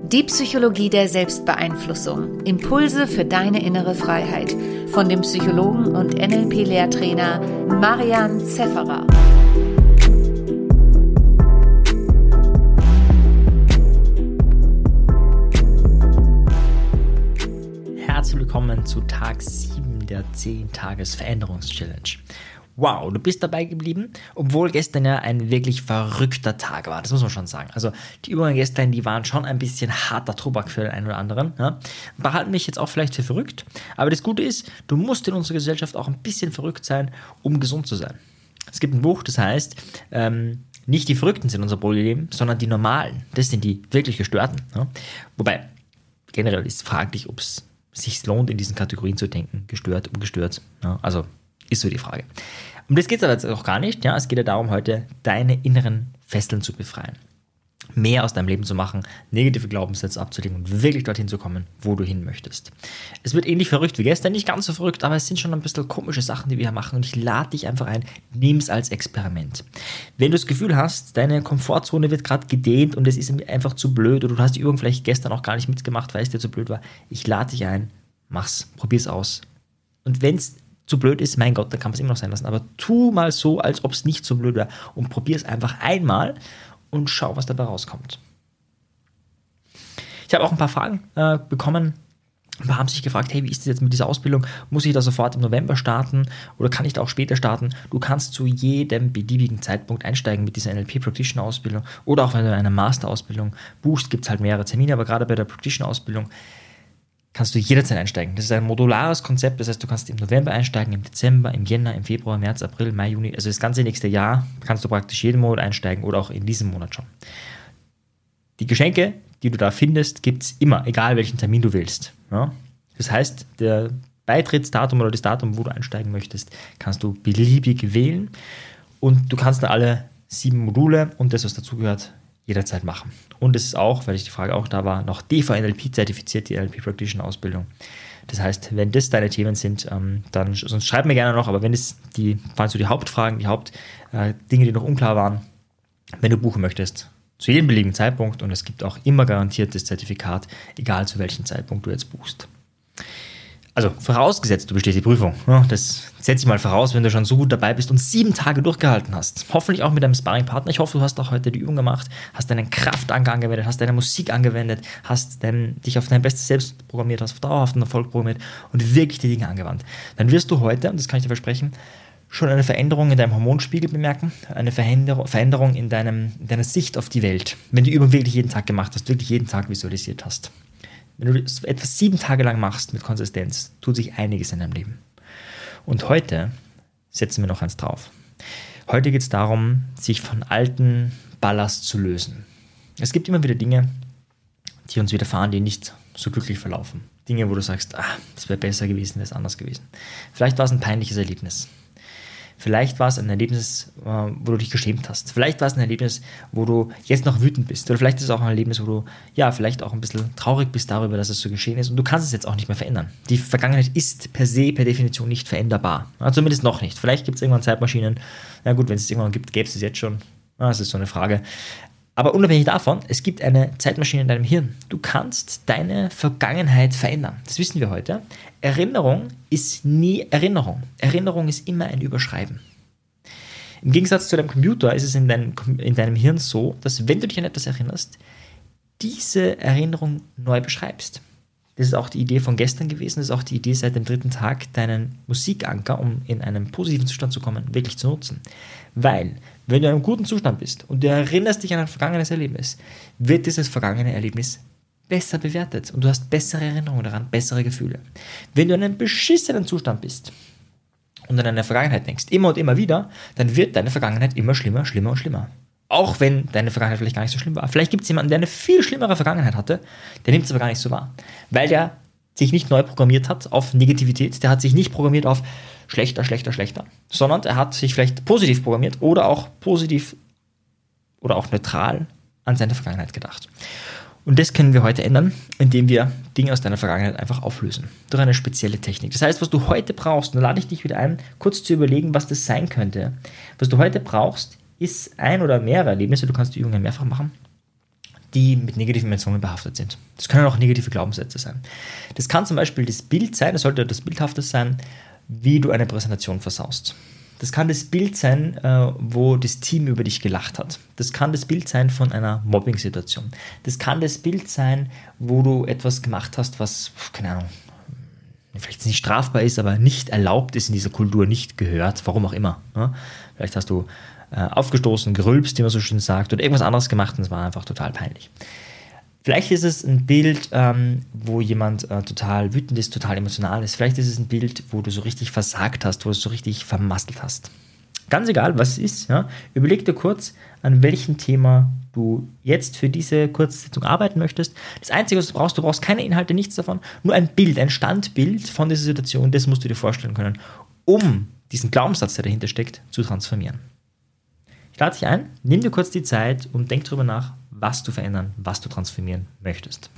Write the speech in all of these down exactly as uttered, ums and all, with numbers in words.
Die Psychologie der Selbstbeeinflussung. Impulse für deine innere Freiheit. Von dem Psychologen und N L P-Lehrtrainer Marian Zefferer. Herzlich willkommen zu Tag sieben der zehn Tages Veränderungs-Challenge. Wow, du bist dabei geblieben, obwohl gestern ja ein wirklich verrückter Tag war, das muss man schon sagen. Also die Übungen gestern, die waren schon ein bisschen harter Tobak für den einen oder anderen. Ja. Ein paar halten mich jetzt auch vielleicht für verrückt, aber das Gute ist, du musst in unserer Gesellschaft auch ein bisschen verrückt sein, um gesund zu sein. Es gibt ein Buch, das heißt, ähm, nicht die Verrückten sind unser Problem, sondern die Normalen, das sind die wirklich Gestörten. Ja. Wobei, generell ist fraglich, ob es sich lohnt, in diesen Kategorien zu denken, gestört, ungestört. Ja. Also ist so die Frage. Um das geht es aber jetzt auch gar nicht. Ja? Es geht ja darum, heute deine inneren Fesseln zu befreien. Mehr aus deinem Leben zu machen, negative Glaubenssätze abzulegen und wirklich dorthin zu kommen, wo du hin möchtest. Es wird ähnlich verrückt wie gestern, nicht ganz so verrückt, aber es sind schon ein bisschen komische Sachen, die wir hier machen und ich lade dich einfach ein, nimm es als Experiment. Wenn du das Gefühl hast, deine Komfortzone wird gerade gedehnt und es ist einfach zu blöd oder du hast die Übung vielleicht gestern auch gar nicht mitgemacht, weil es dir zu blöd war, ich lade dich ein, mach's, probier's aus. Und wenn es zu blöd ist, mein Gott, dann kann man es immer noch sein lassen. Aber tu mal so, als ob es nicht so blöd wäre und probier es einfach einmal und schau, was dabei rauskommt. Ich habe auch ein paar Fragen äh, bekommen. Ein paar haben sich gefragt, hey, wie ist das jetzt mit dieser Ausbildung? Muss ich da sofort im November starten oder kann ich da auch später starten? Du kannst zu jedem beliebigen Zeitpunkt einsteigen mit dieser N L P-Practitioner-Ausbildung oder auch wenn du eine Master-Ausbildung buchst, gibt es halt mehrere Termine, aber gerade bei der Practitioner-Ausbildung kannst du jederzeit einsteigen. Das ist ein modulares Konzept, das heißt, du kannst im November einsteigen, im Dezember, im Jänner, im Februar, März, April, Mai, Juni, also das ganze nächste Jahr kannst du praktisch jeden Monat einsteigen oder auch in diesem Monat schon. Die Geschenke, die du da findest, gibt es immer, egal welchen Termin du willst. Ja? Das heißt, der Beitrittsdatum oder das Datum, wo du einsteigen möchtest, kannst du beliebig wählen und du kannst dann alle sieben Module und das, was dazugehört, jederzeit machen. Und es ist auch, weil ich die Frage auch da war, noch D V N L P zertifiziert, die N L P Practitioner Ausbildung. Das heißt, wenn das deine Themen sind, ähm, dann sonst schreib mir gerne noch, aber wenn es die, falls du die Hauptfragen, die Hauptdinge, äh, die noch unklar waren, wenn du buchen möchtest, zu jedem beliebigen Zeitpunkt und es gibt auch immer garantiert das Zertifikat, egal zu welchem Zeitpunkt du jetzt buchst. Also vorausgesetzt, du bestehst die Prüfung. Ja, das setze ich mal voraus, wenn du schon so gut dabei bist und sieben Tage durchgehalten hast. Hoffentlich auch mit deinem Sparringpartner. Ich hoffe, du hast auch heute die Übung gemacht, hast deinen Kraftanker angewendet, hast deine Musik angewendet, hast dein, dich auf dein Bestes selbst programmiert, hast auf dauerhaften Erfolg programmiert und wirklich die Dinge angewandt. Dann wirst du heute, und das kann ich dir versprechen, schon eine Veränderung in deinem Hormonspiegel bemerken, eine Veränderung in, deinem, in deiner Sicht auf die Welt, wenn du die Übung wirklich jeden Tag gemacht hast, wirklich jeden Tag visualisiert hast. Wenn du das etwas sieben Tage lang machst mit Konsistenz, tut sich einiges in deinem Leben. Und heute setzen wir noch eins drauf. Heute geht es darum, sich von alten Ballast zu lösen. Es gibt immer wieder Dinge, die uns widerfahren, die nicht so glücklich verlaufen. Dinge, wo du sagst, ah, das wäre besser gewesen, wäre es anders gewesen. Vielleicht war es ein peinliches Erlebnis. Vielleicht war es ein Erlebnis, wo du dich geschämt hast. Vielleicht war es ein Erlebnis, wo du jetzt noch wütend bist. Oder vielleicht ist es auch ein Erlebnis, wo du ja vielleicht auch ein bisschen traurig bist darüber, dass es so geschehen ist. Und du kannst es jetzt auch nicht mehr verändern. Die Vergangenheit ist per se, per Definition nicht veränderbar. Ja, zumindest noch nicht. Vielleicht gibt es irgendwann Zeitmaschinen. Na gut, wenn es es irgendwann gibt, gäbe es es jetzt schon. Ja, das ist so eine Frage. Aber unabhängig davon, es gibt eine Zeitmaschine in deinem Hirn. Du kannst deine Vergangenheit verändern. Das wissen wir heute. Erinnerung ist nie Erinnerung. Erinnerung ist immer ein Überschreiben. Im Gegensatz zu deinem Computer ist es in deinem, in deinem Hirn so, dass wenn du dich an etwas erinnerst, diese Erinnerung neu beschreibst. Das ist auch die Idee von gestern gewesen, das ist auch die Idee seit dem dritten Tag, deinen Musikanker, um in einen positiven Zustand zu kommen, wirklich zu nutzen. Weil, wenn du in einem guten Zustand bist und du erinnerst dich an ein vergangenes Erlebnis, wird dieses vergangene Erlebnis besser bewertet und du hast bessere Erinnerungen daran, bessere Gefühle. Wenn du in einem beschissenen Zustand bist und an deine Vergangenheit denkst, immer und immer wieder, dann wird deine Vergangenheit immer schlimmer, schlimmer und schlimmer. Auch wenn deine Vergangenheit vielleicht gar nicht so schlimm war. Vielleicht gibt es jemanden, der eine viel schlimmere Vergangenheit hatte, der nimmt es aber gar nicht so wahr. Weil der sich nicht neu programmiert hat auf Negativität, der hat sich nicht programmiert auf schlechter, schlechter, schlechter, sondern er hat sich vielleicht positiv programmiert oder auch positiv oder auch neutral an seine Vergangenheit gedacht. Und das können wir heute ändern, indem wir Dinge aus deiner Vergangenheit einfach auflösen. Durch eine spezielle Technik. Das heißt, was du heute brauchst, und da lade ich dich wieder ein, kurz zu überlegen, was das sein könnte. Was du heute brauchst, ist ein oder mehrere Erlebnisse, du kannst die Übungen mehrfach machen, die mit negativen Emotionen behaftet sind. Das können auch negative Glaubenssätze sein. Das kann zum Beispiel das Bild sein, das sollte das Bildhaftes sein, wie du eine Präsentation versaust. Das kann das Bild sein, wo das Team über dich gelacht hat. Das kann das Bild sein von einer Mobbing-Situation. Das kann das Bild sein, wo du etwas gemacht hast, was, keine Ahnung, vielleicht nicht strafbar ist, aber nicht erlaubt ist in dieser Kultur, nicht gehört, warum auch immer. Vielleicht hast du aufgestoßen, gerülpst, wie man so schön sagt, oder irgendwas anderes gemacht und es war einfach total peinlich. Vielleicht ist es ein Bild, ähm, wo jemand äh, total wütend ist, total emotional ist. Vielleicht ist es ein Bild, wo du so richtig versagt hast, wo du es so richtig vermasselt hast. Ganz egal, was es ist. Ja? Überleg dir kurz, an welchem Thema du jetzt für diese Kurzsitzung arbeiten möchtest. Das Einzige, was du brauchst, du brauchst keine Inhalte, nichts davon, nur ein Bild, ein Standbild von dieser Situation, das musst du dir vorstellen können, um diesen Glaubenssatz, der dahinter steckt, zu transformieren. Ich lade dich ein, nimm dir kurz die Zeit und denk darüber nach, was du verändern, was du transformieren möchtest.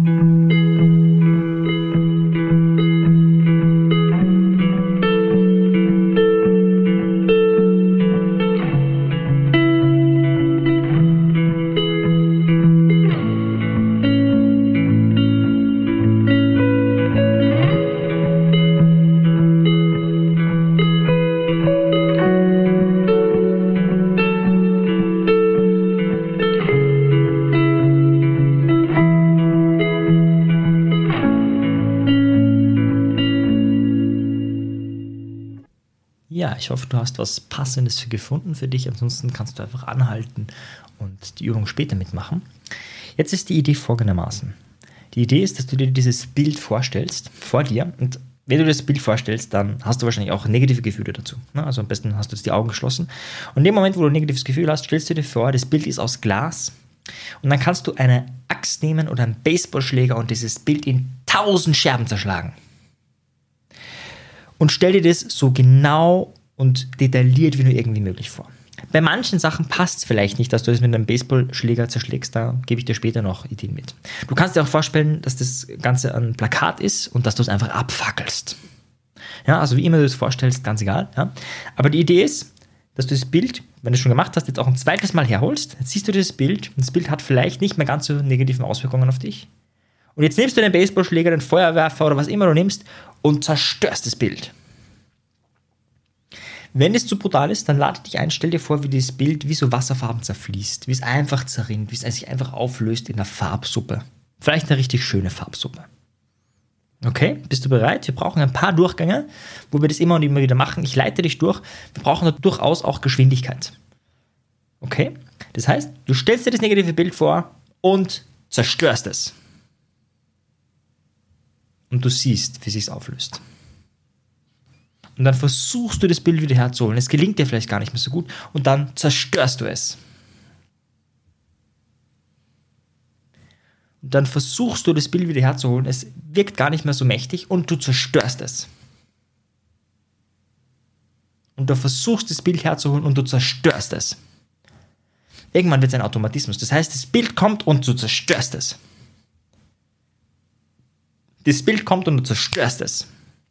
Ja, ich hoffe, du hast was Passendes gefunden für dich. Ansonsten kannst du einfach anhalten und die Übung später mitmachen. Jetzt ist die Idee folgendermaßen. Die Idee ist, dass du dir dieses Bild vorstellst, vor dir. Und wenn du das Bild vorstellst, dann hast du wahrscheinlich auch negative Gefühle dazu. Also am besten hast du jetzt die Augen geschlossen. Und in dem Moment, wo du ein negatives Gefühl hast, stellst du dir vor, das Bild ist aus Glas. Und dann kannst du eine Axt nehmen oder einen Baseballschläger und dieses Bild in tausend Scherben zerschlagen. Und stell dir das so genau und detailliert wie nur irgendwie möglich vor. Bei manchen Sachen passt es vielleicht nicht, dass du das mit einem Baseballschläger zerschlägst, da gebe ich dir später noch Ideen mit. Du kannst dir auch vorstellen, dass das Ganze ein Plakat ist und dass du es einfach abfackelst. Ja, also wie immer du es vorstellst, ganz egal. Ja. Aber die Idee ist, dass du das Bild, wenn du es schon gemacht hast, jetzt auch ein zweites Mal herholst. Jetzt siehst du das Bild und das Bild hat vielleicht nicht mehr ganz so negative Auswirkungen auf dich. Und jetzt nimmst du den Baseballschläger, den Feuerwerfer oder was immer du nimmst und zerstörst das Bild. Wenn es zu brutal ist, dann lade dich ein, stell dir vor, wie dieses Bild wie so Wasserfarben zerfließt, wie es einfach zerrinnt, wie es sich einfach auflöst in einer Farbsuppe. Vielleicht eine richtig schöne Farbsuppe. Okay, bist du bereit? Wir brauchen ein paar Durchgänge, wo wir das immer und immer wieder machen. Ich leite dich durch. Wir brauchen durchaus auch Geschwindigkeit. Okay? Das heißt, du stellst dir das negative Bild vor und zerstörst es. Und du siehst, wie es sich auflöst. Und dann versuchst du das Bild wieder herzuholen. Es gelingt dir vielleicht gar nicht mehr so gut. Und dann zerstörst du es. Und dann versuchst du das Bild wieder herzuholen. Es wirkt gar nicht mehr so mächtig und du zerstörst es. Und du versuchst das Bild herzuholen und du zerstörst es. Irgendwann wird es ein Automatismus. Das heißt, das Bild kommt und du zerstörst es. Das Bild kommt und du zerstörst es.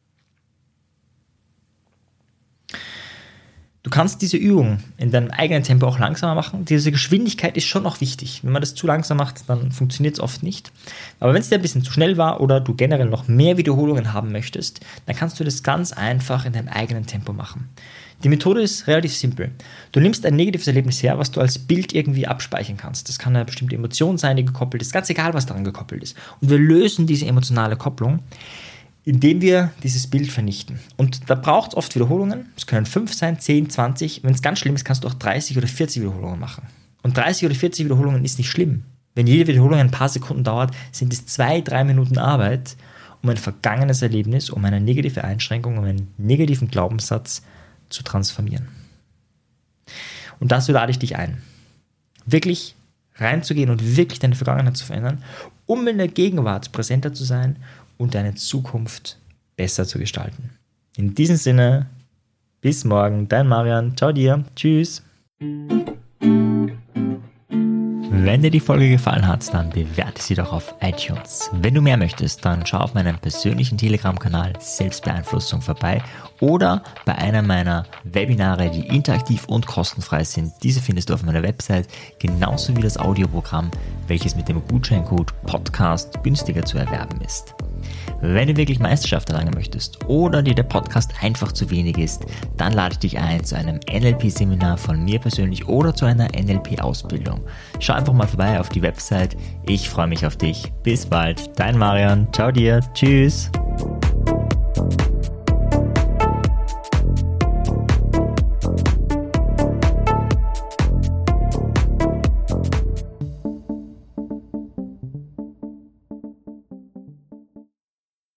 Du kannst diese Übung in deinem eigenen Tempo auch langsamer machen. Diese Geschwindigkeit ist schon noch wichtig. Wenn man das zu langsam macht, dann funktioniert es oft nicht. Aber wenn es dir ein bisschen zu schnell war oder du generell noch mehr Wiederholungen haben möchtest, dann kannst du das ganz einfach in deinem eigenen Tempo machen. Die Methode ist relativ simpel. Du nimmst ein negatives Erlebnis her, was du als Bild irgendwie abspeichern kannst. Das kann eine bestimmte Emotion sein, die gekoppelt ist. Ganz egal, was daran gekoppelt ist. Und wir lösen diese emotionale Kopplung, indem wir dieses Bild vernichten. Und da braucht es oft Wiederholungen. Es können fünf sein, zehn, zwanzig. Wenn es ganz schlimm ist, kannst du auch dreißig oder vierzig Wiederholungen machen. Und dreißig oder vierzig Wiederholungen ist nicht schlimm. Wenn jede Wiederholung ein paar Sekunden dauert, sind es zwei, drei Minuten Arbeit, um ein vergangenes Erlebnis, um eine negative Einschränkung, um einen negativen Glaubenssatz zu transformieren. Und dazu lade ich dich ein, wirklich reinzugehen und wirklich deine Vergangenheit zu verändern, um in der Gegenwart präsenter zu sein und deine Zukunft besser zu gestalten. In diesem Sinne, bis morgen, dein Marian, ciao dir, tschüss. Wenn dir die Folge gefallen hat, dann bewerte sie doch auf iTunes. Wenn du mehr möchtest, dann schau auf meinem persönlichen Telegram-Kanal Selbstbeeinflussung vorbei oder bei einer meiner Webinare, die interaktiv und kostenfrei sind. Diese findest du auf meiner Website, genauso wie das Audioprogramm, welches mit dem Gutscheincode Podcast günstiger zu erwerben ist. Wenn du wirklich Meisterschaft erlangen möchtest oder dir der Podcast einfach zu wenig ist, dann lade ich dich ein zu einem N L P-Seminar von mir persönlich oder zu einer N L P-Ausbildung. Schau einfach mal vorbei auf die Website. Ich freue mich auf dich. Bis bald. Dein Marian. Ciao dir. Tschüss.